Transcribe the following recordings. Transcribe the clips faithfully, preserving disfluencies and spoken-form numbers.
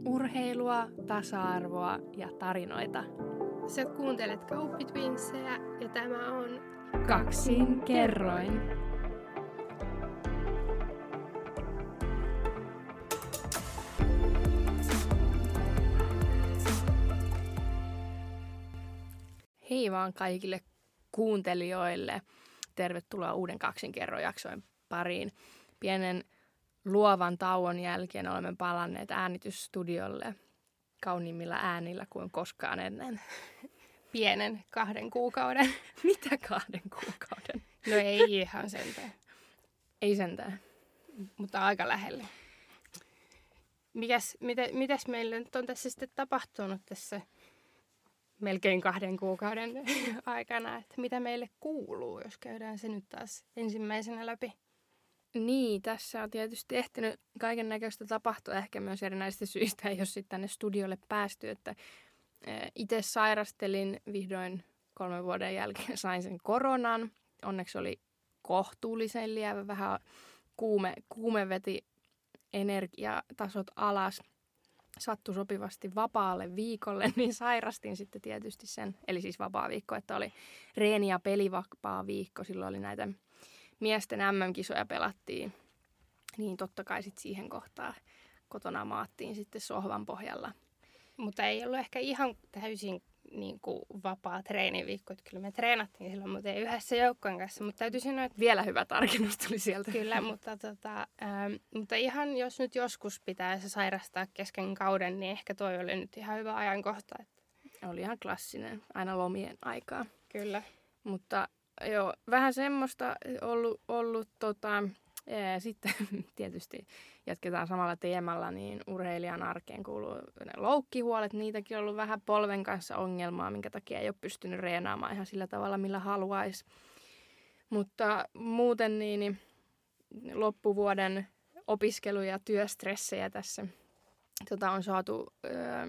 Urheilua, tasa-arvoa ja tarinoita. Sä kuuntelet Kauppitwinsejä ja tämä on Kaksin kerroin. Hei vaan kaikille kuuntelijoille. Tervetuloa uuden Kaksin kerroin jaksojen pariin. Pienen luovan tauon jälkeen olemme palanneet äänitysstudiolle kauniimmilla äänillä kuin koskaan ennen. pienen kahden kuukauden. Mitä kahden kuukauden? No ei ihan sentään, Ei sentään. mutta aika lähelle. Mikäs, mitä, mitäs meillä nyt on tässä sitten tapahtunut tässä melkein kahden kuukauden aikana? Että mitä meille kuuluu, jos käydään se nyt taas ensimmäisenä läpi? Niin, tässä on tietysti ehtinyt kaiken näköistä tapahtua, ehkä myös erinäisistä syistä, jos sitten tänne studiolle päästy, että itse sairastelin vihdoin kolmen vuoden jälkeen, sain sen koronan. Onneksi oli kohtuullisen lievä, vähän kuume, kuume veti energiatasot alas. Sattui sopivasti vapaalle viikolle, niin sairastin sitten tietysti sen, eli siis vapaa viikko, että oli reeni- ja pelivapaa viikko, silloin oli näitä miesten äm äm-kisoja pelattiin, niin totta kai sitten siihen kohtaan kotona maattiin sitten sohvan pohjalla. Mutta ei ollut ehkä ihan täysin niin kuin vapaa treeniviikko. Että kyllä me treenattiin silloin muuten yhdessä joukkojen kanssa, mutta täytyy sanoa, että Vielä hyvä tarkennus tuli sieltä. kyllä, mutta, tota, ähm, mutta ihan jos nyt joskus pitää se sairastaa kesken kauden, niin ehkä toi oli nyt ihan hyvä ajankohta. Että Oli ihan klassinen, aina lomien aikaa. kyllä. Mutta joo, vähän semmoista ollut, ollut tota, ää, sitten tietysti jatketaan samalla teemalla, niin urheilijan arkeen kuuluu ne loukkihuolet. Niitäkin on ollut vähän polven kanssa ongelmaa, minkä takia ei ole pystynyt reenaamaan ihan sillä tavalla, millä haluaisi. Mutta muuten niin loppuvuoden opiskelu- ja työstressejä tässä tota, on saatu ää,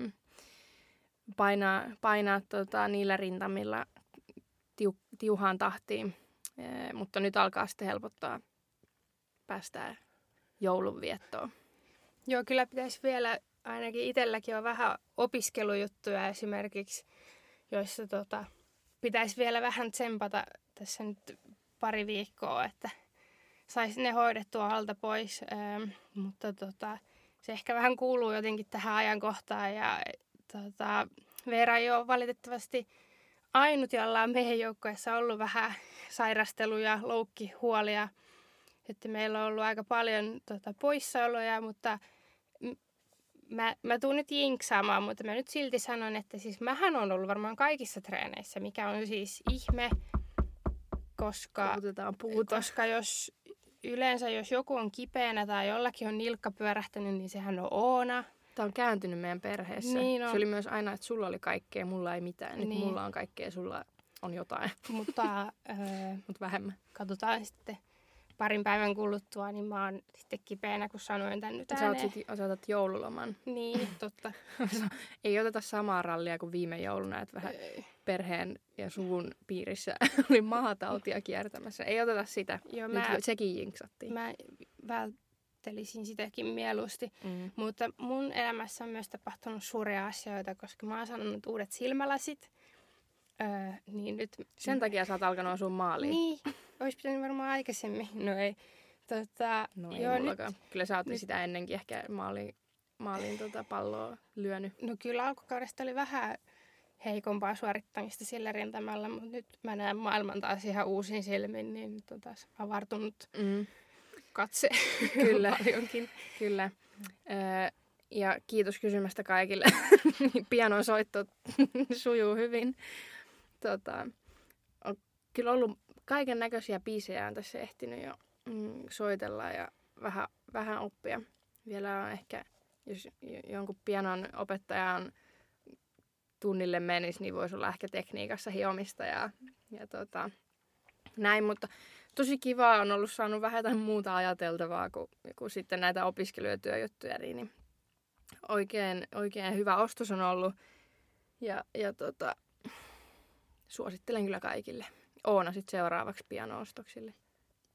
painaa, painaa tota, niillä rintamilla tiu, tiuhaan tahtiin, ee, mutta nyt alkaa sitten helpottaa päästään joulunviettoon. Joo, kyllä pitäisi vielä, ainakin itselläkin on vähän opiskelujuttuja esimerkiksi, joissa tota, pitäisi vielä vähän tsempata tässä nyt pari viikkoa, että saisi ne hoidettua alta pois, ähm, mutta tota, se ehkä vähän kuuluu jotenkin tähän ajankohtaan ja tota, Veera ei ole valitettavasti ainut, jolla on meidän joukkueessa ollut vähän sairasteluja, loukkihuolia. Että meillä on ollut aika paljon tota, poissaoloja, mutta m- mä, mä tuun nyt jinksaamaan, mutta mä nyt silti sanon, että siis mähän on ollut varmaan kaikissa treeneissä, mikä on siis ihme, koska, Puutetaan puuta. koska jos yleensä jos joku on kipeänä tai jollakin on nilkka pyörähtänyt, niin sehän on Oona. Tämä on kääntynyt meidän perheessä. Niin on. Se oli myös aina, että sulla oli kaikkea, mulla ei mitään. Nyt Niin. mulla on kaikkea, sulla on jotain, Mutta öö, mutta vähemmän. katsotaan sitten parin päivän kuluttua, niin mä oon sitten kipeänä, kun sanoin tän nyt Sä oot ääneen. sit, osatat joululoman. Niin, totta. Ei oteta samaa rallia kuin viime jouluna, että vähän Ei. perheen ja suvun piirissä oli maatautia kiertämässä. Ei oteta sitä. Joo, Nyt mä, sekin jinksattiin. mä välttelisin sitäkin mieluusti. Mm. Mutta mun elämässä on myös tapahtunut suuria asioita, koska mä oon saanut uudet silmälasit. Öö, niin nyt... Sen takia sä oot alkanut asua maaliin. Niin, olisi pitänyt varmaan aikaisemmin. No ei. Tota, No ei joo, mullakaan. nyt, Kyllä sä oot nyt- sitä ennenkin ehkä maaliin, maaliin tota palloa lyönyt. no kyllä alkukaudesta oli vähän heikompaa suorittamista sillä rintamalla, mutta nyt mä näen maailman taas ihan uusin silmin, niin nyt on taas avartunut Mm. katse Kyllä. paljonkin. Kyllä. Öö, ja kiitos kysymästä kaikille. Pianon soitto sujuu hyvin. Tota, on kyllä ollut kaiken näköisiä biisejä on tässä ehtinyt jo mm, soitella ja vähän, vähän oppia. Vielä on ehkä, jos j- jonkun pianon opettajan tunnille menisi, niin voisi olla ehkä tekniikassa hiomista ja, ja tota, näin, mutta tosi kivaa on ollut saanut vähän jotain muuta ajateltavaa kuin, kuin sitten näitä opiskelu- ja työjuttuja, niin oikein, oikein hyvä ostos on ollut ja, ja tota, suosittelen kyllä kaikille. Oona sitten seuraavaksi piano-ostoksille.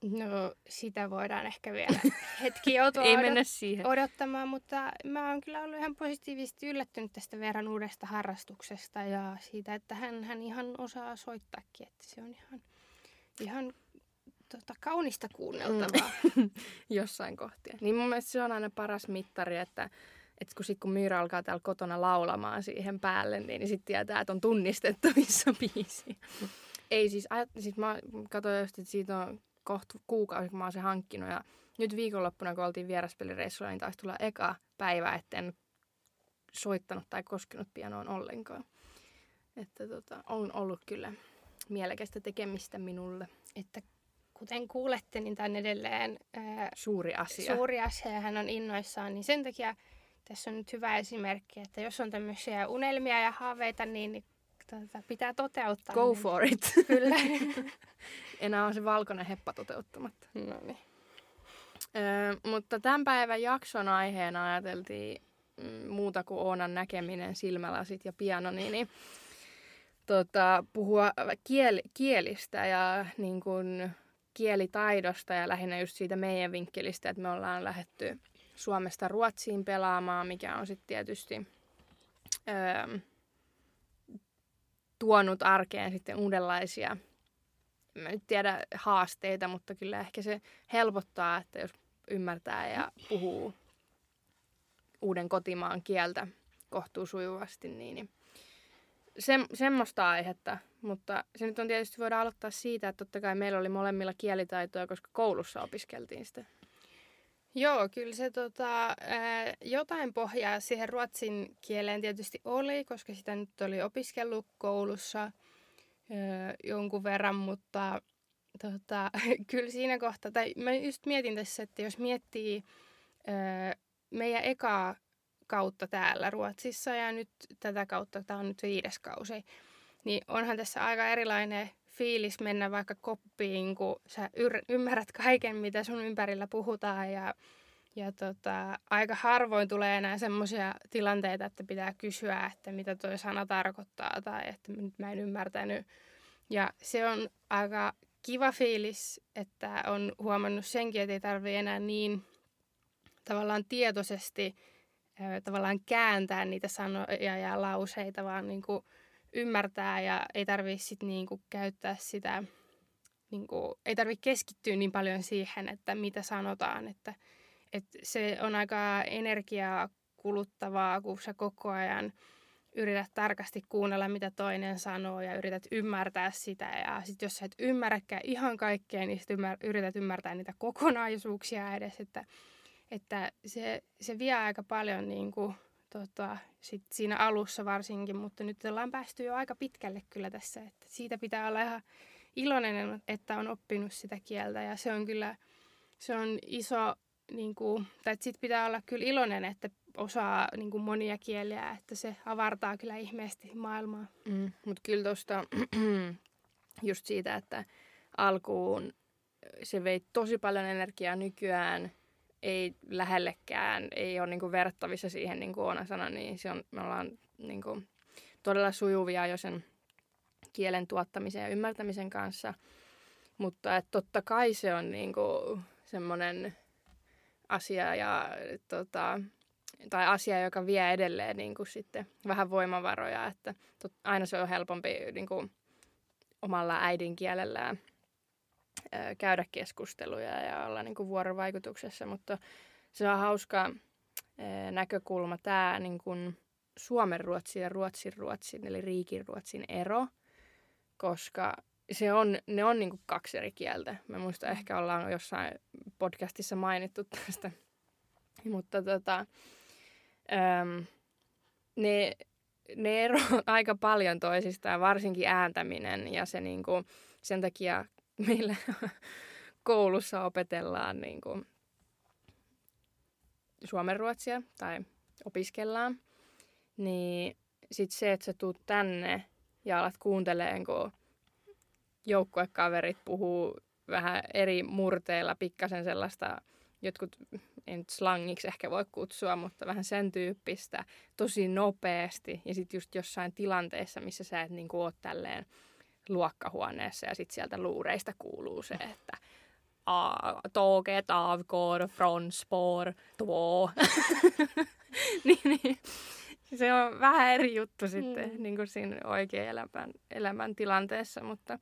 No sitä voidaan ehkä vielä hetki joutua Ei odot- mennä siihen. odottamaan, mutta mä oon kyllä ollut ihan positiivisesti yllättynyt tästä Veeran uudesta harrastuksesta ja siitä, että hän, hän ihan osaa soittaakin, että se on ihan, ihan tota, kaunista kuunneltavaa. Mm. Jossain kohtia. Niin mun mielestä se on aina paras mittari, että, että kun, sit, kun Myyrä alkaa täällä kotona laulamaan siihen päälle, niin, niin sitten tietää, että on tunnistettavissa biisi. Ei siis, ajat, siis mä katsoin just, että siitä on kohta kuukausi, kun mä oon se hankkinut. Ja nyt viikonloppuna, kun oltiin vieraspelireissulla, niin taisi tulla eka päivä, etten soittanut tai koskenut pianoon ollenkaan. Että tota, on ollut kyllä mielekästä tekemistä minulle. Että kuten kuulette, niin tämä on edelleen ää, Suuri asia. suuri asia ja hän on innoissaan, niin sen takia tässä on nyt hyvä esimerkki, että jos on tämmöisiä unelmia ja haaveita, niin, niin tota, pitää toteuttaa. Go niin. for it. Kyllä. Enää on se valkoinen heppa toteuttamatta. No niin. Öö, mutta tämän päivän jakson aiheena ajateltiin mm, muuta kuin Oonan näkeminen, silmälasit ja piano, niin, niin tota, puhua kiel, kielistä ja niin kun, kielitaidosta ja lähinnä just siitä meidän vinkkelistä, että me ollaan lähdetty Suomesta Ruotsiin pelaamaan, mikä on sitten tietysti öö, tuonut arkeen sitten uudenlaisia, en nyt tiedä haasteita, mutta kyllä ehkä se helpottaa, että jos ymmärtää ja puhuu uuden kotimaan kieltä kohtuu sujuvasti, niin se, semmoista aihetta. Mutta se nyt on tietysti, voidaan aloittaa siitä, että totta kai meillä oli molemmilla kielitaitoja, koska koulussa opiskeltiin sitä. Joo, kyllä se tota, ää, jotain pohjaa siihen ruotsin kieleen tietysti oli, koska sitä nyt oli opiskellut koulussa ää, jonkun verran, mutta tota, kyllä siinä kohtaa, tai mä just mietin tässä, että jos miettii ää, meidän ekaa kautta täällä Ruotsissa ja nyt tätä kautta, tämä on nyt viides kausi, niin onhan tässä aika erilainen fiilis mennä vaikka koppiin, kun sä yr- ymmärrät kaiken, mitä sun ympärillä puhutaan ja, ja tota, aika harvoin tulee enää semmoisia tilanteita, että pitää kysyä, että mitä toi sana tarkoittaa tai että nyt mä en ymmärtänyt. Ja se on aika kiva fiilis, että on huomannut senkin, että ei tarvitse enää niin tavallaan tietoisesti äh, tavallaan kääntää niitä sanoja ja lauseita, vaan niin kuin ymmärtää ja ei tarvitse sit niinku käyttää sitä, niinku, ei tarvitse keskittyä niin paljon siihen, että mitä sanotaan. Että, että se on aika energiaa kuluttavaa, kun sä koko ajan yrität tarkasti kuunnella, mitä toinen sanoo ja yrität ymmärtää sitä. Ja sitten jos sä et ymmärräkään ihan kaikkea, niin sit ymmär, yrität ymmärtää niitä kokonaisuuksia edes. Että, että se, se vie aika paljon niinku Tota, sit siinä alussa varsinkin, mutta nyt ollaan päästy jo aika pitkälle kyllä tässä, että siitä pitää olla ihan iloinen, että on oppinut sitä kieltä ja se on kyllä, se on iso, niin kuin, tai sit pitää olla kyllä iloinen, että osaa niin kuin monia kieliä, että se avartaa kyllä ihmeesti maailmaa. Mm, mutta kyllä tuosta just siitä, että alkuun se vei tosi paljon energiaa nykyään, ei lähellekään, ei ole niinku verrattavissa siihen, niin kuin Oona sanoi, niin se on, me ollaan niinku todella sujuvia jo sen kielen tuottamisen ja ymmärtämisen kanssa. Mutta et totta kai se on niinku semmoinen asia, ja, tota, tai asia, joka vie edelleen niinku sitten vähän voimavaroja. Että tot, aina se on helpompi niinku omalla äidinkielellään käydä keskusteluja ja olla niin kuin vuorovaikutuksessa, mutta se on hauska näkökulma tämä niin kuin suomen ruotsin ja ruotsin ruotsin, eli riikin ruotsin ero, koska se on, ne on niin kuin kaksi eri kieltä. Mä muistan, ehkä ollaan jossain podcastissa mainittu tästä, mutta tota, äm, ne, ne eroavat aika paljon toisistaan, varsinkin ääntäminen ja se niin kuin, sen takia meillä koulussa opetellaan niin kuin suomenruotsia tai opiskellaan, niin sitten se, että sä tuut tänne ja alat kuuntelemaan, kun joukkuekaverit puhuu vähän eri murteilla, pikkasen sellaista, jotkut, en nyt slangiksi ehkä voi kutsua, mutta vähän sen tyyppistä, tosi nopeasti. Ja sitten just jossain tilanteessa, missä sä et niin kuin ole tälleen luokkahuoneessa ja sitten sieltä luureista kuuluu se, että tåget avgår från spår två. niin, niin. Se on vähän eri juttu sitten mm. niin kuin siinä oikein elämän, elämän tilanteessa, mutta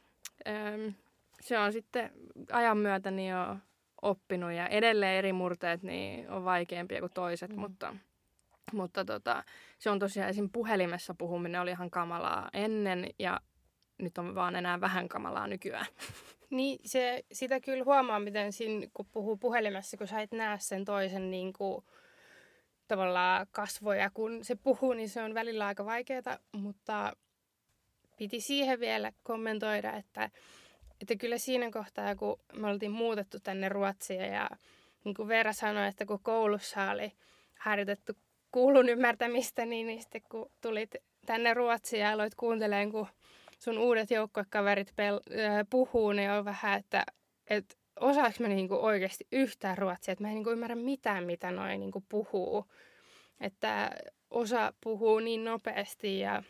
äm, se on sitten ajan myötä niin on oppinut ja edelleen eri murteet niin on vaikeampia kuin toiset, mm. mutta, mutta tota, se on tosiaan esim. Puhelimessa puhuminen oli ihan kamalaa ennen ja nyt on vaan enää vähän kamalaa nykyään. Niin, se, sitä kyllä huomaa, miten siinä, kun puhuu puhelimessa, kun sä et näe sen toisen niin kuin, tavallaan kasvoja, kun se puhuu, niin se on välillä aika vaikeaa, mutta piti siihen vielä kommentoida, että, että kyllä siinä kohtaa, kun me oltiin muutettu tänne Ruotsiin ja niin kuin Veera sanoi, että kun koulussa oli harjoitettu kuulun ymmärtämistä, niin, niin sitten kun tulit tänne Ruotsiin ja aloit kuuntelemaan, kun sun uudet joukkuekaverit pel- äh, puhuu, niin on vähän, että et osaanko mä niinku oikeasti yhtään ruotsia, että mä en niinku ymmärrä mitään, mitä noi niinku puhuu. Että osa puhuu niin nopeasti ja,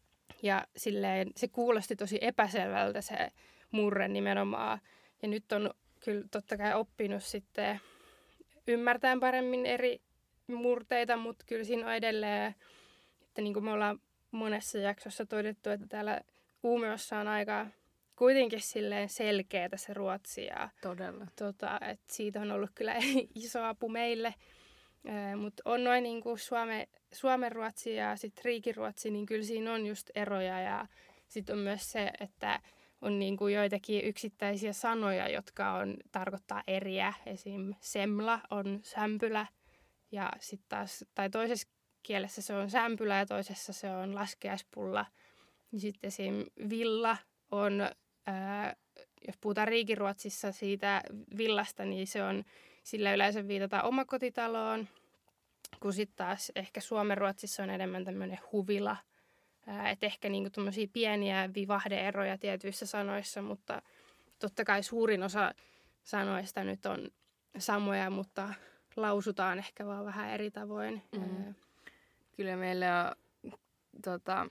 ja silleen, se kuulosti tosi epäselvältä se murre nimenomaan. Ja nyt on kyllä totta kai oppinut sitten ymmärtämään paremmin eri murteita, mutta kyllä siinä on edelleen, että niin kuin me ollaan monessa jaksossa todettu, että täällä Umeåssa on aika kuitenkin silleen selkeätä se ruotsi. Ja, todella. Tota, et siitä on ollut kyllä iso apu meille. Mutta on noin niinku Suome, Suomen ruotsi ja sitten riikiruotsi, niin kyllä siinä on just eroja. Ja sitten on myös se, että on niinku joitakin yksittäisiä sanoja, jotka on, tarkoittaa eriä. Esim. Semla on sämpylä ja sitten taas, tai toisessa kielessä se on sämpylä ja toisessa se on laskeaspulla. Sitten esim. Villa on, ää, jos puhutaan riikiruotsissa siitä villasta, niin se on, sillä yleensä viitataan omakotitaloon, kun sitten taas ehkä suomenruotsissa on enemmän tämmöinen huvila. Että ehkä niinku tämmöisiä pieniä vivahde-eroja tietyissä sanoissa, mutta totta kai suurin osa sanoista nyt on samoja, mutta lausutaan ehkä vaan vähän eri tavoin. Mm. Kyllä meillä on tota,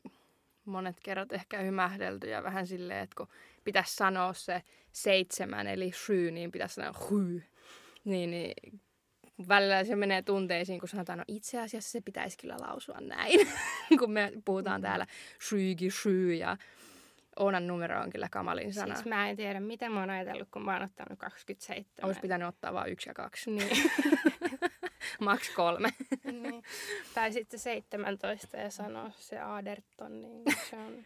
monet kerrat ehkä hymähdelty ja vähän silleen, että kun pitäisi sanoa se seitsemän eli shy, niin pitäisi sanoa hy. Niin, niin välillä se menee tunteisiin, kun sanotaan, no itse asiassa se pitäisi kyllä lausua näin, kun me puhutaan täällä shygi, shy ja Oonan numero on kyllä kamalin sana. Siis mä en tiedä, mitä mä oon ajatellut, kun mä oon ottanut kaksikymmentäseitsemän. Olisi pitänyt ottaa vain yksi ja kaksi. Niin. Maks kolme. Niin. Tai sitten seitsemäntoista ja sanoa se Aderton, niin se on...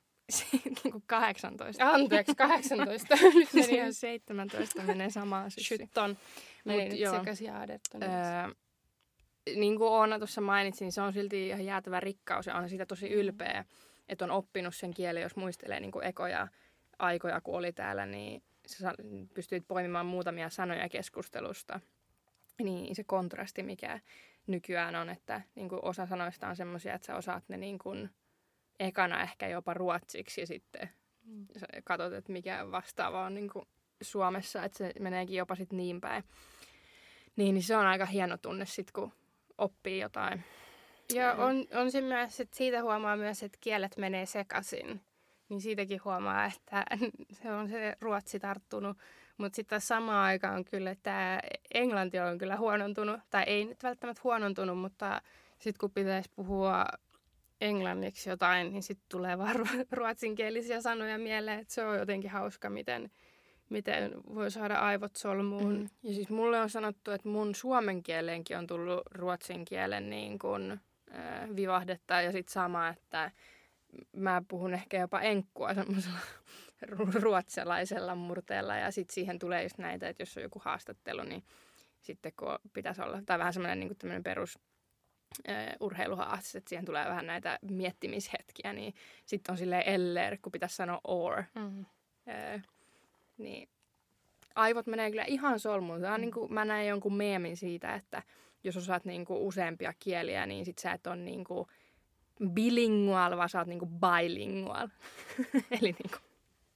kahdeksantoista. Anteeksi, kahdeksantoista. Nyt meni ihan seitsemäntoista, menee samaan syssy. Sytton. Meni nyt sekaisin Aderton. Öö, niin kuin Oona tuossa mainitsin, se on silti ihan jäätävä rikkaus ja on siitä tosi ylpeä, että on oppinut sen kielen, jos muistelee niin kuin ekoja aikoja, kun oli täällä, niin sä pystyit poimimaan muutamia sanoja keskustelusta. Niin se kontrasti, mikä nykyään on, että niin kuin osa sanoista on semmoisia, että sä osaat ne niin kuin ekana ehkä jopa ruotsiksi ja sitten mm. sä katsot, että mikä vastaava on niin kuin Suomessa, että se meneekin jopa sitten niin päin. Niin, niin se on aika hieno tunne sitten, kun oppii jotain. Joo, on, on se myös, että siitä huomaa myös, että kielet menee sekaisin. Niin siitäkin huomaa, että se on se ruotsi tarttunut. Mutta sitten taas samaan aikaan kyllä, että englanti on kyllä huonontunut. Tai ei nyt välttämättä huonontunut, mutta sitten kun pitäisi puhua englanniksi jotain, niin sitten tulee vaan ruotsinkielisiä sanoja mieleen. Että se on jotenkin hauska, miten, miten voi saada aivot solmuun. Mm. Ja siis mulle on sanottu, että mun suomen kieleenkin on tullut ruotsin kielen niin kuin, äh, vivahdetta. Ja sitten sama, että mä puhun ehkä jopa enkkua semmoisella ruotsalaisella murteella. Ja sitten siihen tulee just näitä, että jos on joku haastattelu, niin sitten kun pitäisi olla, tai vähän semmoinen niin kuin tämmöinen perus urheiluhaastis, että siihen tulee vähän näitä miettimishetkiä, niin sitten on silleen eller, kun pitäisi sanoa or. Mm-hmm. Öö, niin aivot menee kyllä ihan solmuun. Mm. Niin kuin, mä näin jonkun meemin siitä, että jos osaat niin kuin useampia kieliä, niin sit sä et ole niin kuin bilingual, vaan sä oot niin kuin bilingual. Eli niin kuin,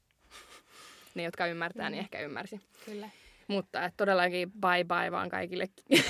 ne, jotka ymmärtää, mm. niin ehkä ymmärsi. Kyllä. Mutta että todellakin bye bye vaan kaikille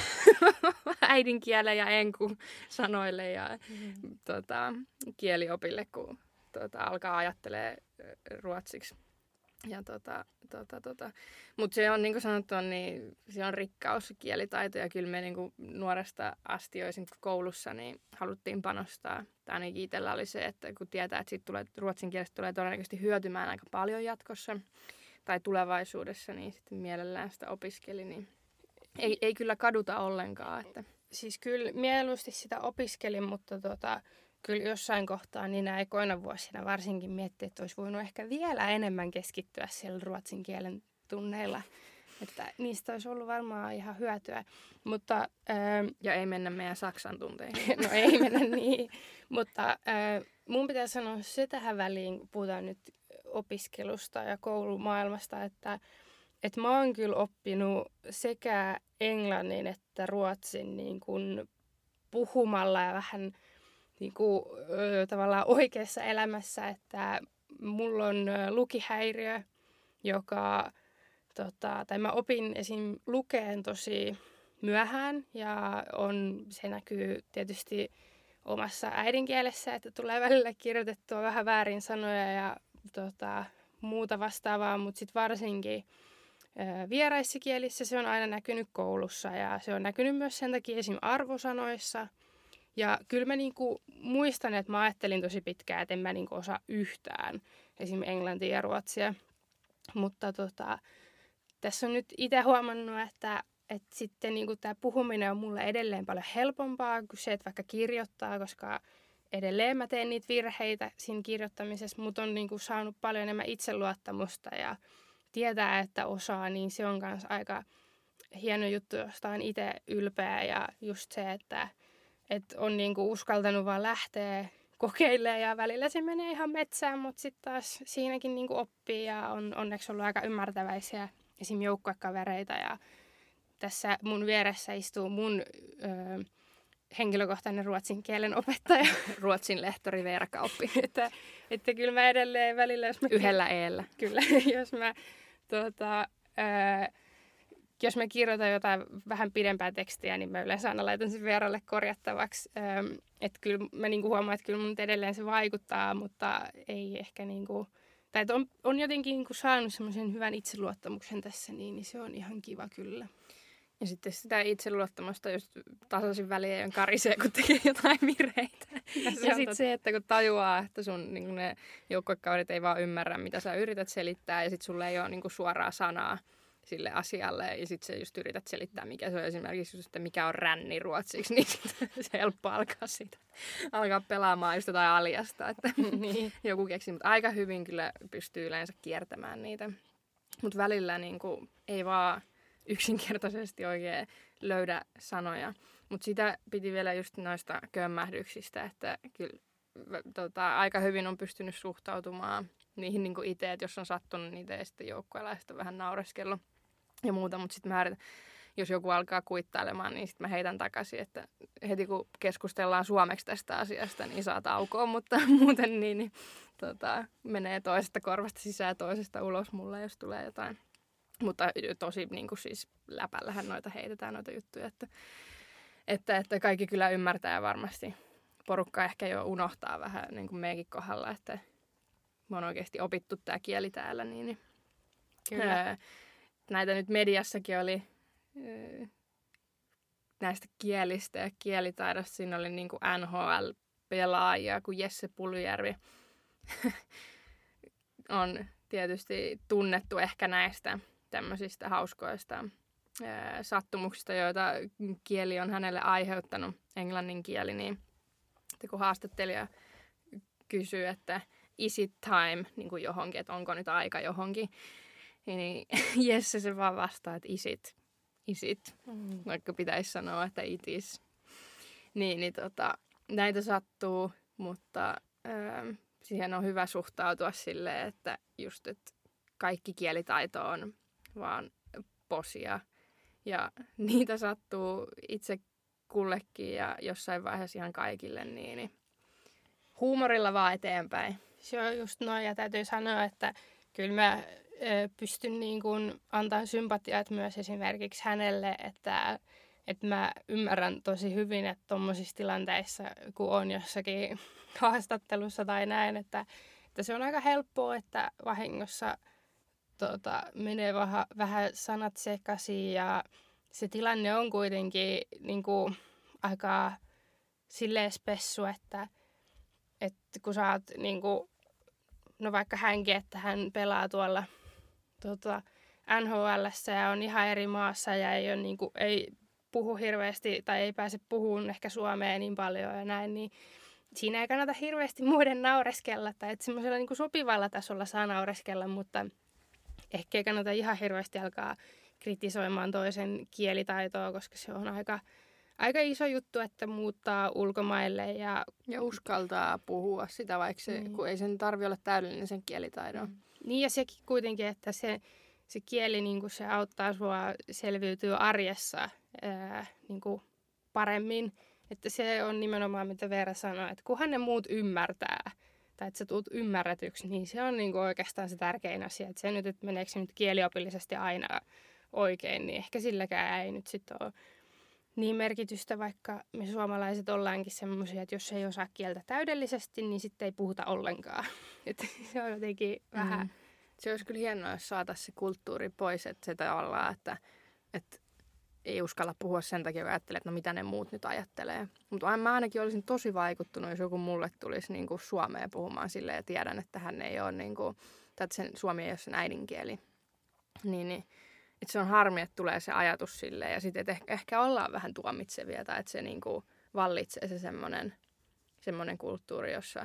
äidinkielen ja enku sanoille ja mm. tota, kieliopille, kun tota, alkaa ajattelee ruotsiksi. Ja tota, tota, tota. Mutta se on, niin kuin sanottu, niin se on rikkaus, se kielitaito. Ja kyllä me niin kuin nuoresta asti jo koulussa niin haluttiin panostaa. Tai ainakin itsellä oli se, että kun tietää, että siitä tulee, ruotsin kielestä tulee todennäköisesti hyötymään aika paljon jatkossa tai tulevaisuudessa, niin sitten mielellään sitä opiskeli. Niin ei, ei kyllä kaduta ollenkaan. Että. Siis kyllä mieluusti sitä opiskelin, mutta tota, kyllä jossain kohtaa niin aikoina vuosina varsinkin miettii, että olisi voinut ehkä vielä enemmän keskittyä siellä ruotsin kielen tunneilla. Että niistä olisi ollut varmaan ihan hyötyä. Mutta, ää, ja ei mennä meidän saksan tunteihin. No ei mennä niin. Mutta ää, mun pitää sanoa se tähän väliin, kun puhutaan nyt opiskelusta ja koulumaailmasta, että et mä oon kyllä oppinut sekä englannin että ruotsin niin kun puhumalla ja vähän niin kuin, ö, tavallaan oikeassa elämässä, että mulla on lukihäiriö, joka, tota, tai mä opin esim. Lukeen tosi myöhään ja on, se näkyy tietysti omassa äidinkielessä, että tulee välillä kirjoitettua vähän väärin sanoja ja tota, muuta vastaavaa, mutta sitten varsinkin ö, vieraissa kielissä se on aina näkynyt koulussa ja se on näkynyt myös sen takia esim. Arvosanoissa. Ja kyllä mä niinku muistan, että mä ajattelin tosi pitkään, että en mä niinku osaa yhtään esim. Englantia ja ruotsia. Mutta tota, tässä on nyt itse huomannut, että, että sitten niinku tämä puhuminen on mulle edelleen paljon helpompaa kuin se, että vaikka kirjoittaa, koska edelleen mä teen niitä virheitä siinä kirjoittamisessa, mutta on niinku saanut paljon enemmän itseluottamusta ja tietää, että osaa, niin se on myös aika hieno juttu, josta on itse ylpeä ja just se, että että on niinku uskaltanut vaan lähteä kokeilemaan ja välillä se menee ihan metsään, mutta sitten taas siinäkin niinku oppii ja on onneksi ollut aika ymmärtäväisiä esim. Joukkuekavereita. Ja tässä mun vieressä istuu mun ö, henkilökohtainen ruotsin kielen opettaja. Ruotsin lehtori Veera Kauppi. että, että kyllä mä edelleen välillä, jos mä... Yhdellä eellä. Kyllä, jos mä... Tota, ö, Jos mä kirjoitan jotain vähän pidempää tekstiä, niin mä yleensä aina laitan sen Veeralle korjattavaksi. Öm, että kyllä mä niinku huomaan, että kyllä mun edelleen se vaikuttaa, mutta ei ehkä niinku... Tai on, on jotenkin niinku saanut semmoisen hyvän itseluottamuksen tässä, niin, niin se on ihan kiva kyllä. Ja sitten sitä itseluottamusta just tasaisin väliin karisee, kun tekee jotain virheitä. Ja, ja sitten se, että kun tajuaa, että sun niin ne joukkuekaverit ei vaan ymmärrä, mitä sä yrität selittää, ja sitten sulle ei ole niin suoraa sanaa sille asialle, ja sitten sä just yrität selittää, mikä se on esimerkiksi just, että mikä on ränni ruotsiksi, niin se helppo alkaa siitä, alkaa pelaamaan just jotain aliasta, että niin. Joku keksi, mutta aika hyvin kyllä pystyy yleensä kiertämään niitä, mutta välillä niin kuin, ei vaan yksinkertaisesti oikein löydä sanoja, mutta sitä piti vielä just noista kömmähdyksistä, että kyllä tota, aika hyvin on pystynyt suhtautumaan niihin niin itse, että jos on sattunut niitä ja sitten joukkueella ja sitten vähän naureskellut ja muuta, mutta sitten mä jos joku alkaa kuittailemaan, niin sitten mä heitän takaisin, että heti kun keskustellaan suomeksi tästä asiasta, niin saa taukoa, mutta muuten niin, niin tota, menee toisesta korvasta sisään ja toisesta ulos mulle, jos tulee jotain. Mutta tosi niin kuin siis läpällähän noita heitetään noita juttuja, että, että, että kaikki kyllä ymmärtää varmasti. Porukka ehkä jo unohtaa vähän niin kuin meikin kohdalla, että me on oikeasti opittu tämä kieli täällä. Niin, niin. Kyllä. Öö, näitä nyt mediassakin oli öö, näistä kielistä ja kielitaidosta. Siinä oli niin kuin N H L-pelaajia kuin Jesse Puljujärvi. On tietysti tunnettu ehkä näistä tämmöisistä hauskoista öö, sattumuksista, joita kieli on hänelle aiheuttanut, englannin kieli, niin kun haastattelija kysyy, että is it time niin kuin johonkin, että onko nyt aika johonkin, niin Jesse se vaan vastaa, että is it, is it, mm. vaikka pitäisi sanoa, että it is. Niin, niin tota, näitä sattuu, mutta öö, siihen on hyvä suhtautua silleen, että just, että kaikki kielitaito on vaan posia ja niitä sattuu itse kullekin ja jossain vaiheessa ihan kaikille, niin, niin huumorilla vaan eteenpäin. Se on just noin, ja täytyy sanoa, että kyllä mä ö, pystyn niin kuin antamaan sympatiat myös esimerkiksi hänelle, että, että mä ymmärrän tosi hyvin, että tuommoisissa tilanteissa, kun on jossakin haastattelussa tai näin, että, että se on aika helppoa, että vahingossa tota, menee vähän, vähän sanat sekaisin ja se tilanne on kuitenkin niin kuin, aika silleen spessu, että, että kun sä oot niin kuin, no vaikka hänkin, että hän pelaa tuolla tota, N H L:ssä ja on ihan eri maassa ja ei, ole, niin kuin, ei puhu hirveästi tai ei pääse puhumaan ehkä suomea niin paljon ja näin, niin siinä ei kannata hirveästi muiden naureskella tai että semmoisella niin kuin sopivalla tasolla saa naureskella, mutta ehkä ei kannata ihan hirveästi alkaa kritisoimaan toisen kielitaitoa, koska se on aika, aika iso juttu, että muuttaa ulkomaille. Ja, ja uskaltaa puhua sitä, vaikka se, mm. kun ei sen tarvitse olla täydellinen sen kielitaidon. Mm. Niin ja sekin kuitenkin, että se, se kieli niin kuin se auttaa sua selviytyä arjessa ää, niin kuin paremmin. Että se on nimenomaan, mitä Veera sanoi, että kunhan ne muut ymmärtää, tai että sä tulet ymmärretyksi, niin se on niin kuin oikeastaan se tärkein asia. Että se nyt, että meneekö se nyt kieliopillisesti aina oikein, niin ehkä silläkään ei nyt sitten ole niin merkitystä, vaikka me suomalaiset ollaankin semmoisia, että jos ei osaa kieltä täydellisesti, niin sitten ei puhuta ollenkaan. Että se on jotenkin mm. vähän... Se olisi kyllä hienoa, jos saataisiin se kulttuuri pois, että se tavallaan, että, että ei uskalla puhua sen takia, kun ajattelee, että no mitä ne muut nyt ajattelee. Mutta mä ainakin olisin tosi vaikuttunut, jos joku mulle tulisi niin kuin suomea puhumaan silleen ja tiedän, että hän ei ole, niin kuin, tai että sen, suomi ei ole sen äidinkieli. Niin, niin että se on harmi, että tulee se ajatus silleen ja sitten, että ehkä, ehkä ollaan vähän tuomitsevia tai että se niin kuin vallitsee se semmoinen, semmoinen kulttuuri, jossa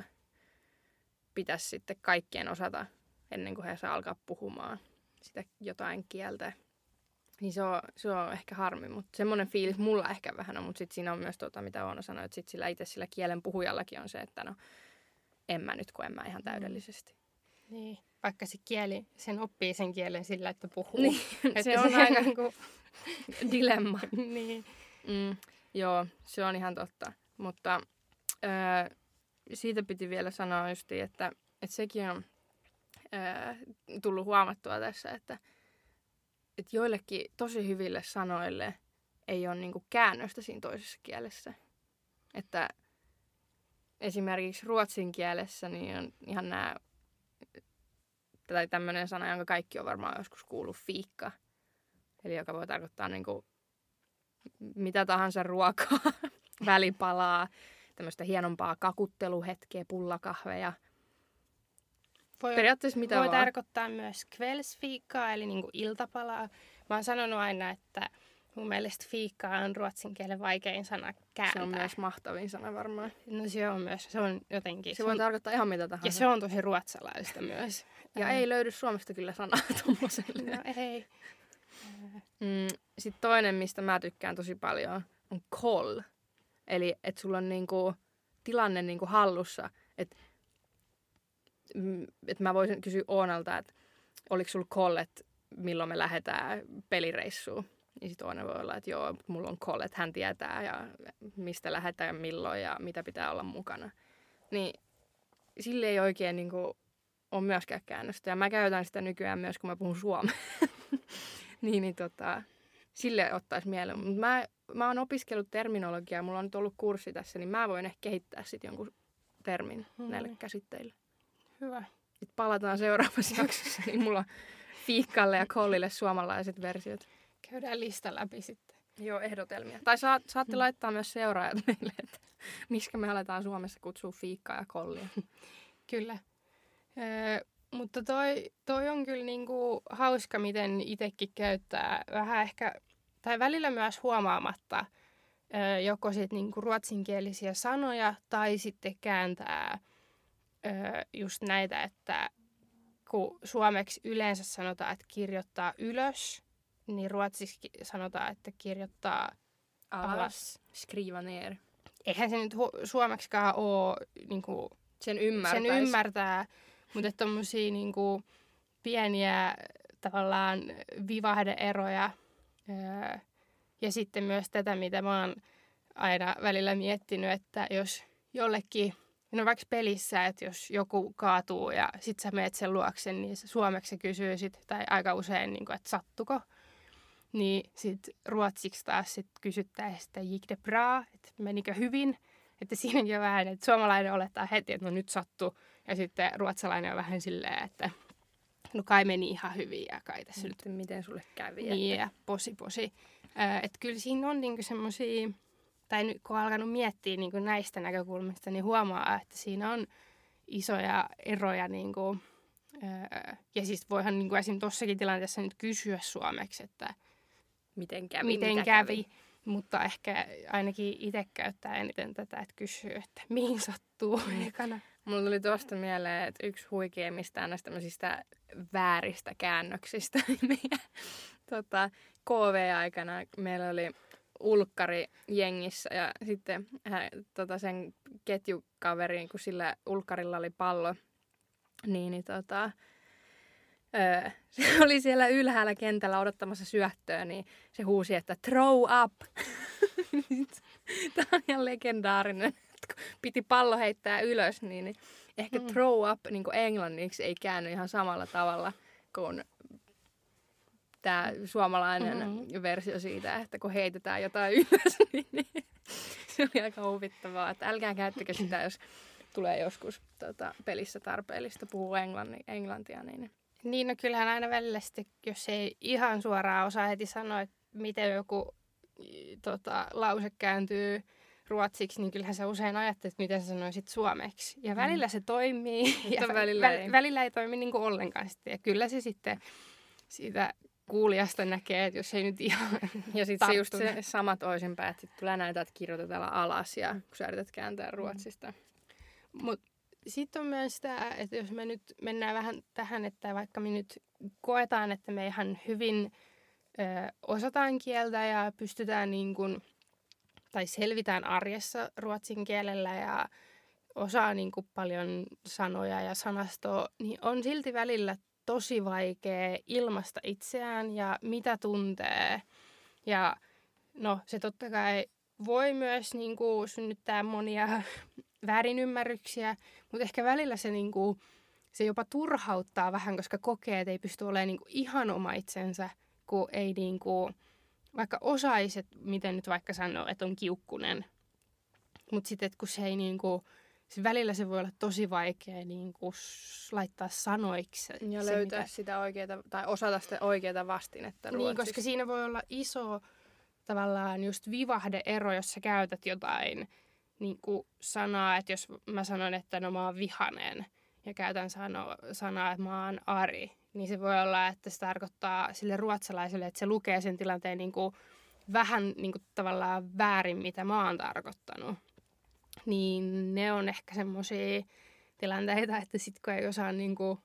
pitäisi sitten kaikkien osata ennen kuin he saa alkaa puhumaan sitä jotain kieltä. Niin se on, se on ehkä harmi, mutta semmoinen fiilis mulla ehkä vähän on, mutta sitten siinä on myös tota, mitä Oona sanoi, että sit sillä itse sillä kielen puhujallakin on se, että no en mä nyt, kun en mä ihan täydellisesti. Niin, vaikka se kieli, sen oppii sen kielen sillä, että puhuu. Niin, että se on se aika niinku dilemma. Niin. Mm, joo, se on ihan totta, mutta öö, siitä piti vielä sanoa justiin, että, että sekin on öö, tullut huomattua tässä, että että joillekin tosi hyville sanoille ei ole niinku käännöstä siinä toisessa kielessä. Että esimerkiksi ruotsin kielessä niin on ihan nämä, tai tämmöinen sana, jonka kaikki on varmaan joskus kuullut, fiikka. Eli joka voi tarkoittaa niinku mitä tahansa ruokaa, välipalaa, tämmöistä hienompaa kakutteluhetkeä, pullakahveja. Voi, periaatteessa mitä voi vaan. tarkoittaa myös kvällsfiikkaa, eli niinku iltapalaa. Mä oon sanonut aina, että mun mielestä fiikka on ruotsin kielen vaikein sana kääntää. Se on myös mahtavin sana varmaan. No se on myös, se on jotenkin. Se, se voi on, tarkoittaa ihan mitä tahansa. Ja se on tosi ruotsalaista myös. Ja ei löydy Suomesta kyllä sanaa tommoselle. No ei. Mm, sitten toinen, mistä mä tykkään tosi paljon, on koll. Eli että sulla on niinku tilanne niinku hallussa. Että et mä voisin kysyä Oonalta, että oliko sulla koll, että milloin me lähdetään pelireissuun. Niin sitten Oona voi olla, että joo, mulla on koll, että hän tietää ja mistä lähdetään ja milloin ja mitä pitää olla mukana. Niin sille ei oikein niinku ole myöskään käännöstä. Ja mä käytän sitä nykyään myös, kun mä puhun suomea. niin, niin tota, sille ottaisi mieleen. Mutta mä, mä oon opiskellut terminologiaa, mulla on nyt ollut kurssi tässä, niin mä voin ehkä kehittää sitten jonkun termin hmm. näille käsitteille. Hyvä. Nyt palataan seuraavassa jaksossa, niin mulla on fiikkalle ja kollille suomalaiset versiot. Käydään lista läpi sitten. Joo, ehdotelmia. Tai saat, saatte hmm. laittaa myös seuraajat meille, että miskä me aletaan Suomessa kutsua fiikkaa ja kollia. Kyllä. Öö, mutta toi, toi on kyllä niinku hauska, miten itsekin käyttää vähän ehkä, tai välillä myös huomaamatta, öö, joko sit niinku ruotsinkielisiä sanoja tai sitten kääntää öö, just näitä, että kun suomeksi yleensä sanotaan, että kirjoittaa ylös, niin ruotsiksi sanotaan, että kirjoittaa alas. alas. Skriva ner. Eihän se nyt hu- suomeksikaan ole niinku, sen ymmärtäisi. Sen ymmärtää. Mutta tommosia niinku pieniä tavallaan vivahde-eroja. Öö, ja sitten myös tätä, mitä mä oon aina välillä miettinyt, että jos jollekin, no vaikka pelissä, että jos joku kaatuu ja sit sä meet sen luokse, niin suomeksi se kysyy sit, tai aika usein, niin kuin, että sattuko. Niin sit ruotsiksi taas sit kysyttäisiin, että gick det bra, että menikö hyvin. Että siinäkin on vähän, että suomalainen olettaa heti, että no nyt sattuu. Ja sitten ruotsalainen on vähän silleen, että no kai meni ihan hyvin ja kai tässä nyt. Miten sulle kävi? Niin, että... ja posi posi. Että kyllä siinä on niinku semmoisia, tai nyt kun on alkanut miettiä niinku näistä näkökulmista, niin huomaa, että siinä on isoja eroja. Niinku, ja siis voihan niinku esimerkiksi tuossakin tilanteessa nyt kysyä suomeksi, että miten kävi, miten kävi. kävi. Mutta ehkä ainakin itse käyttää eniten tätä, että kysyy, että mihin sattuu mm. ekana. Mulla tuli tuosta mieleen, että yksi huikeimmista näistä tämmöisistä vääristä käännöksistä meidän tota, K V-aikana meillä oli ulkkari jengissä ja sitten hän, tota, sen ketjukaverin, kun sillä ulkkarilla oli pallo, niin, niin tota, öö, se oli siellä ylhäällä kentällä odottamassa syöttöä, niin se huusi, että throw up. Tämä on ihan legendaarinen. Piti pallo heittää ylös, niin, niin ehkä mm. throw up niin kuin englanniksi ei käänny ihan samalla tavalla kuin tämä suomalainen mm-hmm. versio siitä, että kun heitetään jotain ylös, niin, niin se oli aika huvittavaa. Että älkää käyttäkö sitä, jos tulee joskus tota, pelissä tarpeellista puhua englanti, englantia. Niin. niin, no kyllähän aina välillä sitten, jos ei ihan suoraan osaa heti sanoa, että miten joku tota, lause kääntyy ruotsiksi, niin kyllähän sä usein ajattelet, että miten sä sanoisit suomeksi. Ja välillä se toimii, ja välillä, vä- ei. välillä ei toimi niin kuin ollenkaan. Sitten. Ja kyllä se sitten siitä kuulijasta näkee, että jos ei nyt ihan ja sitten se just se sama toisinpäin, että sitten tulee näitä, että kirjoitetaan alas, ja kun sä yrität kääntää ruotsista. Mutta sitten on myös sitä, että jos me nyt mennään vähän tähän, että vaikka me nyt koetaan, että me ihan hyvin ö, osataan kieltä ja pystytään niin kuin tai selvitään arjessa ruotsin kielellä ja osaa niin kuin paljon sanoja ja sanastoa, niin on silti välillä tosi vaikea ilmaista itseään ja mitä tuntee. Ja no se totta kai voi myös niin kuin synnyttää monia väärinymmärryksiä, mutta ehkä välillä se, niin kuin, se jopa turhauttaa vähän, koska kokee, että ei pysty olemaan niin kuin ihan oma itsensä, kun ei niin kuin vaikka osaisi, että miten nyt vaikka sanoo, että on kiukkunen. Mutta sitten, kun se ei niinku, se välillä se voi olla tosi vaikea niinku laittaa sanoiksi. Ja se, löytää mitä... sitä oikeaa, tai osata sitä oikeaa vastinetta ruotsiksi. Niin, koska siinä voi olla iso tavallaan just vivahde-ero, jos sä käytät jotain niinku sanaa, että jos mä sanon, että no mä oon vihanen, ja käytän sano, sanaa, että mä oon Ari, niin se voi olla, että se tarkoittaa sille ruotsalaiselle, että se lukee sen tilanteen niin kuin vähän niin kuin tavallaan väärin, mitä mä oon tarkoittanut. Niin ne on ehkä semmoisia tilanteita, että sit kun ei osaa niin kuin,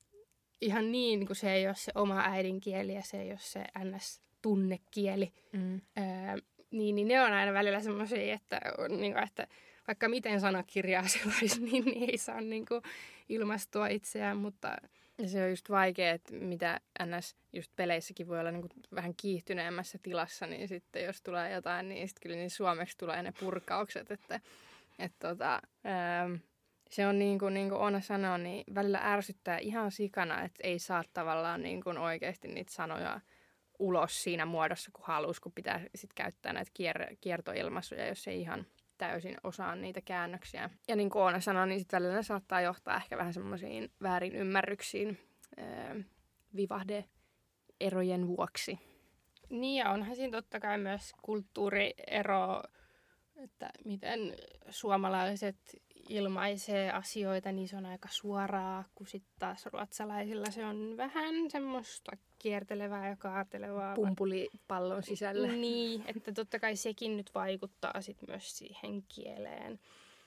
ihan niin, kun se ei ole se oma äidinkieli ja se ei ole se ns-tunnekieli, mm. öö, niin, niin ne on aina välillä semmoisia, että, niin kuin, että vaikka miten sanakirjaa sellaisi, niin, niin ei saa niin kuin ilmaistua itseään, mutta... Ja se on just vaikea, että mitä ns. Just peleissäkin voi olla niin kuin vähän kiihtyneemmässä tilassa, niin sitten jos tulee jotain, niin sitten kyllä niin suomeksi tulee ne purkaukset, että et tota, ää, se on niin kuin, niin kuin Oona sanoi, niin välillä ärsyttää ihan sikana, että ei saa tavallaan niin kuin oikeasti niitä sanoja ulos siinä muodossa, kun haluaisi, kun pitää sitten käyttää näitä kier- kiertoilmaisuja, jos ei ihan täysin osaa niitä käännöksiä. Ja niin kuin Oona sanoi, niin sitten välillä ne saattaa johtaa ehkä vähän semmoisiin väärin ymmärryksiin ää, vivahde-erojen vuoksi. Niin ja onhan siinä totta kai myös kulttuuriero, että miten suomalaiset ilmaisee asioita, niin se on aika suoraa, kun sitten taas ruotsalaisilla se on vähän semmoista kiertelevää ja kaartelevaa. Pumpulipallon sisällä. Niin, että totta kai sekin nyt vaikuttaa sit myös siihen kieleen.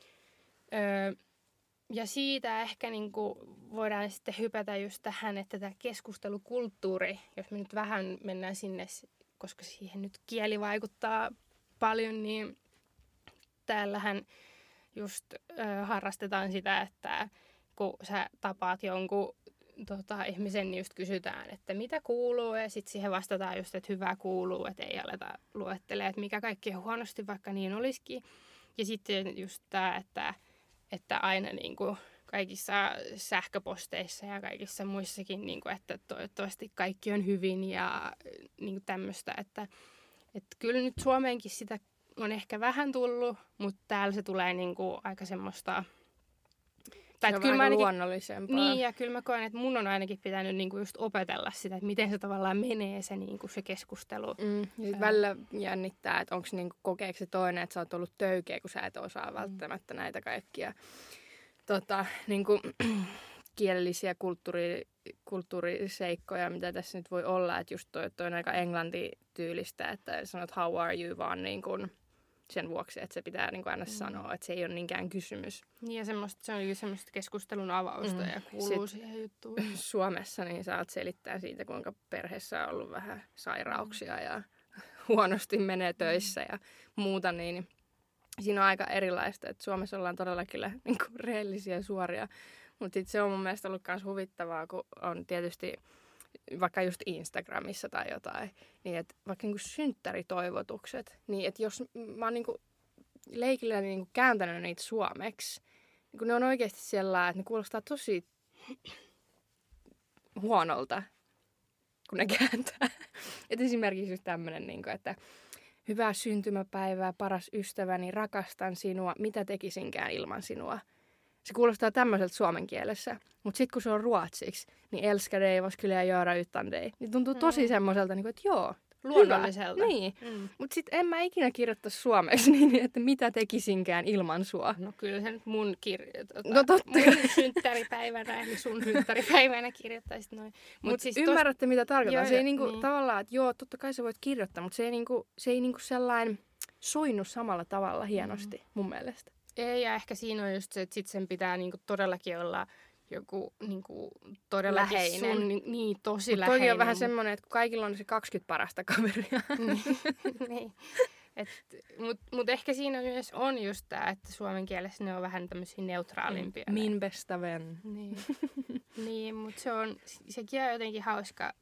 Öö, ja siitä ehkä niinku voidaan sitten hypätä just tähän, että tämä keskustelukulttuuri, jos me nyt vähän mennään sinne, koska siihen nyt kieli vaikuttaa paljon, niin täällähän just ö, harrastetaan sitä, että kun sä tapaat jonkun tota, ihmisen, niin just kysytään, että mitä kuuluu, ja sitten siihen vastataan just, että hyvä kuuluu, että ei aleta luettelemaan, että mikä kaikki on huonosti, vaikka niin olisikin. Ja sitten just tämä, että, että aina niin kuin kaikissa sähköposteissa ja kaikissa muissakin, niin kuin, että toivottavasti kaikki on hyvin ja niin kuin tämmöistä, että, että kyllä nyt Suomeenkin sitä on ehkä vähän tullut, mutta täällä se tulee niin kuin aika semmoista Tai se on kyllä mä vähän ainakin, luonnollisempaa. niin, ja kyllä mä koen, että mun on ainakin pitänyt niinku just opetella sitä, että miten se tavallaan menee se, niinku se keskustelu. Mm, ja sitten välillä jännittää, että onko niinku, kokeeko se toinen, että sä oot ollut töykeä, kun sä et osaa välttämättä näitä kaikkia tota, niinku, kielellisiä kulttuuri, kulttuuriseikkoja, mitä tässä nyt voi olla. Että just toi, toi on aika englantityylistä, että sanot how are you vaan niin kuin sen vuoksi, että se pitää niin kuin aina mm. sanoa, että se ei ole niinkään kysymys. Niin ja semmoista, se on jo semmoista keskustelun avausta mm. ja kuuluu Sit siihen juttuun. Suomessa niin saat selittää siitä, kuinka perheessä on ollut vähän sairauksia mm. ja huonosti menee töissä mm. ja muuta, niin siinä on aika erilaista. Että Suomessa ollaan todella kyllä niin kuin rehellisiä ja suoria. Mutta se on mun mielestä ollut myös huvittavaa, kun on tietysti vaikka just Instagramissa tai jotain, niin että vaikka niinku synttäritoivotukset, niin että jos mä oon niinku leikillä niinku kääntänyt niitä suomeksi, niin kun ne on oikeasti sellainen, että ne kuulostaa tosi huonolta, kun ne kääntää. Et esimerkiksi just tämmönen, niinku, että hyvää syntymäpäivää, paras ystäväni, rakastan sinua, mitä tekisinkään ilman sinua. Se kuulostaa tämmöiseltä suomen kielessä. Mutta sitten kun se on ruotsiksi, niin älskar dig, vad skulle jag göra utan dig. Niin tuntuu tosi mm. semmoiselta, niin että joo, luonnolliselta. Niin. Mm. Mutta sitten en mä ikinä kirjoittaisi suomeksi niin, että mitä tekisinkään ilman sua. No kyllä se nyt mun, kir- tota, no, totta. mun synttäripäivänä, eli sun synttäripäivänä kirjoittaisit noin. Mutta mut siis ymmärrätte, tos... mitä tarkoitan. Joo, se ei niinku, niin. tavallaan, että joo, totta kai sä voit kirjoittaa, mutta se ei, niinku, se ei niinku sellainen soinnu samalla tavalla hienosti mm. mun mielestä. Ei, ja ehkä siinä on just se, että sit sen pitää niinku todellakin olla joku niinku todellakin läheinen. Sun, niin, niin tosi Mut läheinen. Toki on vähän semmoinen, että kaikilla on se kaksikymmentä parasta kaveria. niin. Mutta mut ehkä siinä myös on just tämä, että suomen kielessä ne on vähän tämmöisiä neutraalimpia. Min bästa vän. Niin, niin mutta se on, sekin on jotenkin hauska.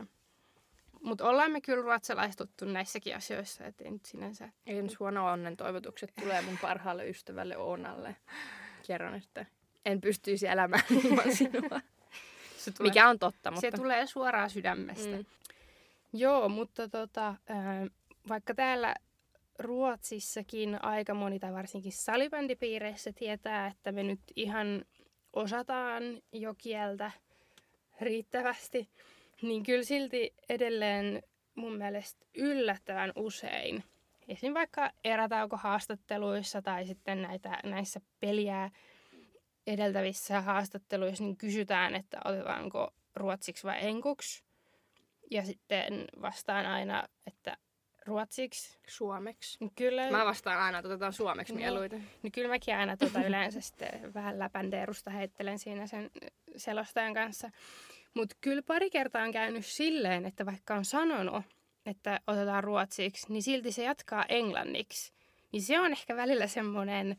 Mutta ollaan me kyllä ruotsalaistuttu näissäkin asioissa, että ei nyt sinänsä... Ensi vuonna onnen toivotukset tulee mun parhaalle ystävälle Oonalle. Kerron, että en pystyisi elämään ilman sinua. Tulee, mikä on totta, mutta... Se tulee suoraan sydämestä. Mm. Joo, mutta tota, äh, vaikka täällä Ruotsissakin aika moni, tai varsinkin salibändipiireissä tietää, että me nyt ihan osataan jo kieltä riittävästi, niin kyllä silti edelleen mun mielestä yllättävän usein, esim. Vaikka erätaukohaastatteluissa tai sitten näitä, näissä peliä edeltävissä haastatteluissa, niin kysytään, että otetaanko ruotsiksi vai enkuksi. Ja sitten vastaan aina, että ruotsiksi. Suomeksi. Kyllä. Mä vastaan aina, että otetaan suomeksi mieluiten. No kyllä mäkin aina tuota yleensä sitten vähän läpändeerusta heittelen siinä sen selostajan kanssa. Mutta kyllä pari kertaa on käynyt silleen, että vaikka on sanonut, että otetaan ruotsiksi, niin silti se jatkaa englanniksi. Niin se on ehkä välillä semmoinen,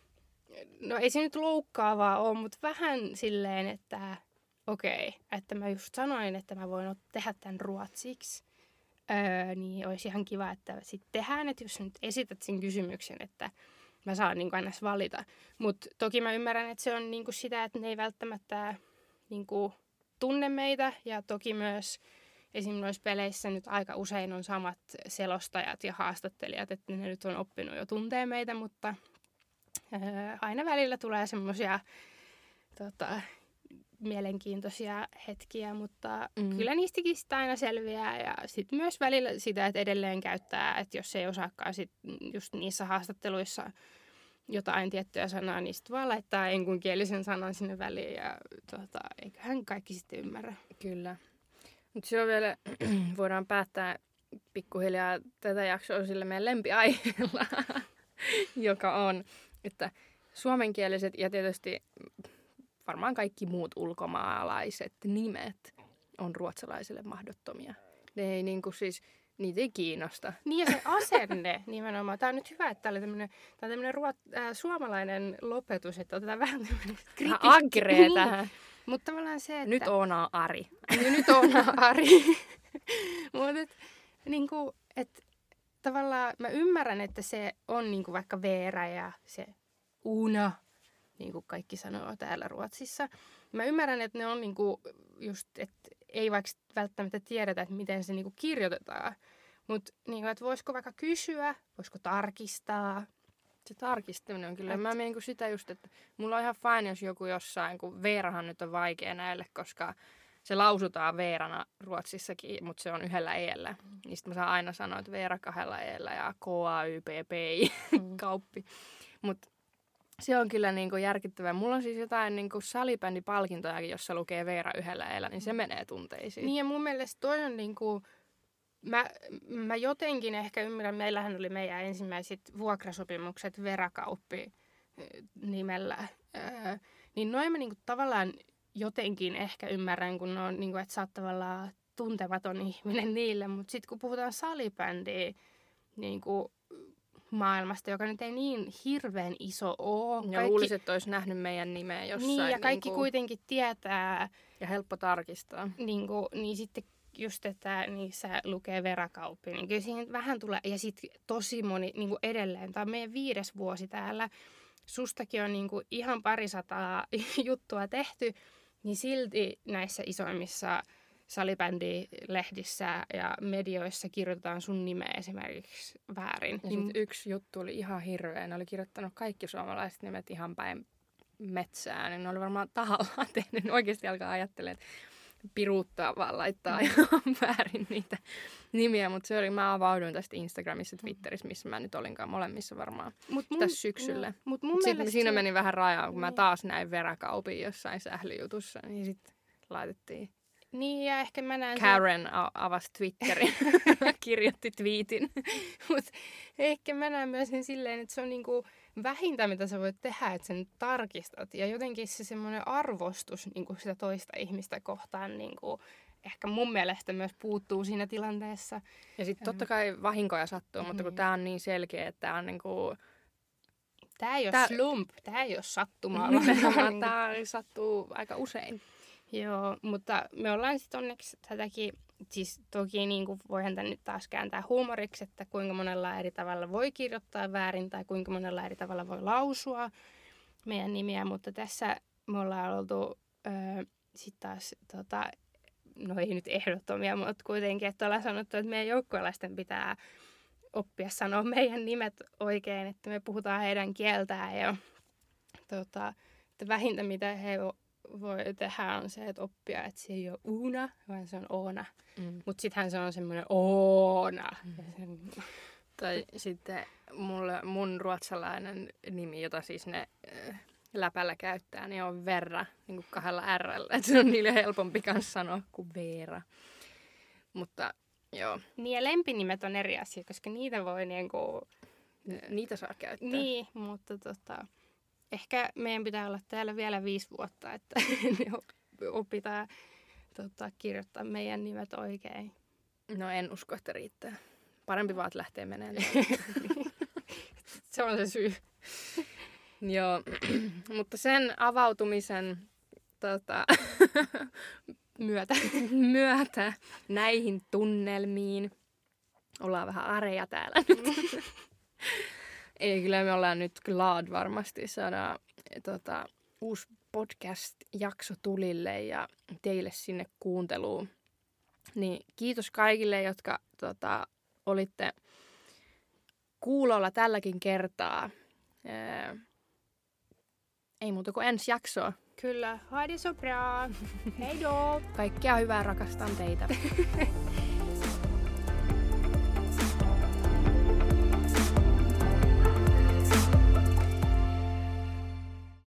no ei se nyt loukkaavaa ole, mutta vähän silleen, että okei, okay, että mä just sanoin, että mä voin tehdä tämän ruotsiksi. Öö, niin olisi ihan kiva, että sitten tehdään, että jos nyt esität sen kysymyksen, että mä saan niin kuin aina valita. Mutta toki mä ymmärrän, että se on niin kuin sitä, että ne ei välttämättä niin kuin tunne meitä. Ja toki myös esimerkiksi noissa peleissä nyt aika usein on samat selostajat ja haastattelijat, että ne nyt on oppinut jo tuntee meitä, mutta öö, aina välillä tulee semmoisia tota, mielenkiintoisia hetkiä, mutta mm. kyllä niistäkin sitä aina selviää. Ja sitten myös välillä sitä, että edelleen käyttää, että jos ei osaakaan sit just niissä haastatteluissa jotain tiettyä sanaa, niin sitten vaan laittaa enkunkielisen sanan sinne väliin ja tota, eiköhän kaikki sitten ymmärrä. Kyllä. Mutta se on vielä, voidaan päättää pikkuhiljaa tätä jaksoa sille meidän lempiaiheella, joka on, että suomenkieliset ja tietysti varmaan kaikki muut ulkomaalaiset nimet on ruotsalaisille mahdottomia. Ne ei niinku siis, niitä ei kiinnosta. Niin ja se asenne nimenomaan. Tämä on nyt hyvä, että tämä oli tämmöinen, tämä on tämmöinen ruot, äh, suomalainen lopetus, että otetaan vähän tämmöinen kritiikki. Agree niin. Tähän. Mutta tavallaan se, että... Nyt Oona Ari. nyt Oona Ari. Mutta et, niinku, et, tavallaan mä ymmärrän, että se on niinku vaikka Veera ja se Una, niin kuin kaikki sanoo täällä Ruotsissa. Mä ymmärrän, että ne on niinku just, että ei vaikka välttämättä tiedetä, että miten se niinku kirjoitetaan. Mutta niinku, että voisiko vaikka kysyä, voisiko tarkistaa, Se tarkistaminen on kyllä. Et... Mä mietin kuin sitä just, että mulla on ihan fine, jos joku jossain, kun Veerahan nyt on vaikea näille, koska se lausutaan Veerana Ruotsissakin, mutta se on yhdellä eellä. Mm. Niin sit mä saan aina sanoa, että Veera kahdella eellä ja K A Y P P I mm. kauppi. Mutta se on kyllä niinku järkittävää. Mulla on siis jotain niinku salibändipalkintojakin, jossa lukee Veera yhdellä eellä, niin se menee tunteisiin. Niin ja mun mielestä toi on niinku... Mä, mä jotenkin ehkä ymmärrän, meillähän oli meidän ensimmäiset vuokrasopimukset Verakauppi nimellä. Öö, niin noin mä niinku tavallaan jotenkin ehkä ymmärrän, kun on, niinku, että sä oot tavallaan tuntematon ihminen niille. Mutta sitten kun puhutaan salibändiä niinku, maailmasta, joka nyt ei niin hirveän iso ole. Ja kaikki... luulisin, että olisi nähnyt meidän nimeä jossain. Niin, ja kaikki niinku... kuitenkin tietää. Ja helppo tarkistaa. Niinku, niin sitten just, että niissä lukee Verakauppi, niin kyllä siihen vähän tulee. Ja sitten tosi moni niinku edelleen, tämä on meidän viides vuosi täällä. Sustakin on niinku ihan parisataa juttua tehty, niin silti näissä isoimmissa salibändilehdissä ja medioissa kirjoitetaan sun nimeä esimerkiksi väärin. Ja sitten yksi juttu oli ihan hirveä. Ne oli kirjoittanut kaikki suomalaiset nimet ihan päin metsään. Niin ne oli varmaan tahallaan tehnyt. Ne oikeasti alkaa ajattelemaan, että piruuttaa vaan laittaa mm. ihan väärin niitä nimiä. Mutta se oli, mä avauduin tästä Instagramissa, Twitterissä, missä mä nyt olinkaan molemmissa varmaan mut mun, tässä syksyllä. No, mut mun sitten siinä se... meni vähän rajaa, kun niin. mä taas näin Verakaupin jossain sählyjutussa. Niin sitten laitettiin. Niin, ja ehkä mä näen... Karen sen... avasi Twitterin, kirjoitti twiitin. Mutta ehkä mä näen myös sen silleen, että se on niinku vähintä, mitä sä voit tehdä, että sen tarkistat. Ja jotenkin se semmoinen arvostus niinku sitä toista ihmistä kohtaan niinku, ehkä mun mielestä myös puuttuu siinä tilanteessa. Ja sitten totta kai vahinkoja sattuu, mm. mutta kun tää on niin selkeä, että tää on niinku... Tää ei ole tää... slump, tää ei ole sattumaa. Tää sattuu aika usein. Joo, mutta me ollaan sitten onneksi tätäkin, siis toki niin kuin voihan tämän nyt taas kääntää huumoriksi, että kuinka monella eri tavalla voi kirjoittaa väärin tai kuinka monella eri tavalla voi lausua meidän nimiä, mutta tässä me ollaan oltu öö, sitten taas, tota, no ei nyt ehdottomia, mutta kuitenkin, että ollaan sanottu, että meidän joukkuelaisten pitää oppia sanoa meidän nimet oikein, että me puhutaan heidän kieltään ja tota, että vähintä mitä he voi tehdä on se, että oppia, että se ei ole Una, vaan se on Oona. Mm. Mutta sittenhän se on semmoinen Oona. Mm. Sen... Tai sitten mulle, mun ruotsalainen nimi, jota siis ne äh, läpällä käyttää, niin on Verra, niin kuin kahdella R:llä. Että se on niille helpompi kanssa sanoa kuin Veera. Mutta joo. Niin ja lempinimet on eri asia, koska niitä voi niinku... Niitä saa käyttää. Niin, mutta tota... Ehkä meidän pitää olla täällä vielä viisi vuotta, että opitaan tota, kirjoittaa meidän nimet oikein. No en usko, että riittää. Parempi vaan, että lähtee menemään. Se on se syy. Joo, mutta sen avautumisen tota, myötä. myötä näihin tunnelmiin ollaan vähän areja täällä nyt. Ei, kyllä me ollaan nyt glad varmasti saada tota, uusi podcast-jakso tulille ja teille sinne kuunteluun. Niin kiitos kaikille, jotka tota, olitte kuulolla tälläkin kertaa. Ää, ei muuta kuin ensi jaksoa. Kyllä, ha det så bra. Hej då! Kaikkea hyvää, rakastan teitä.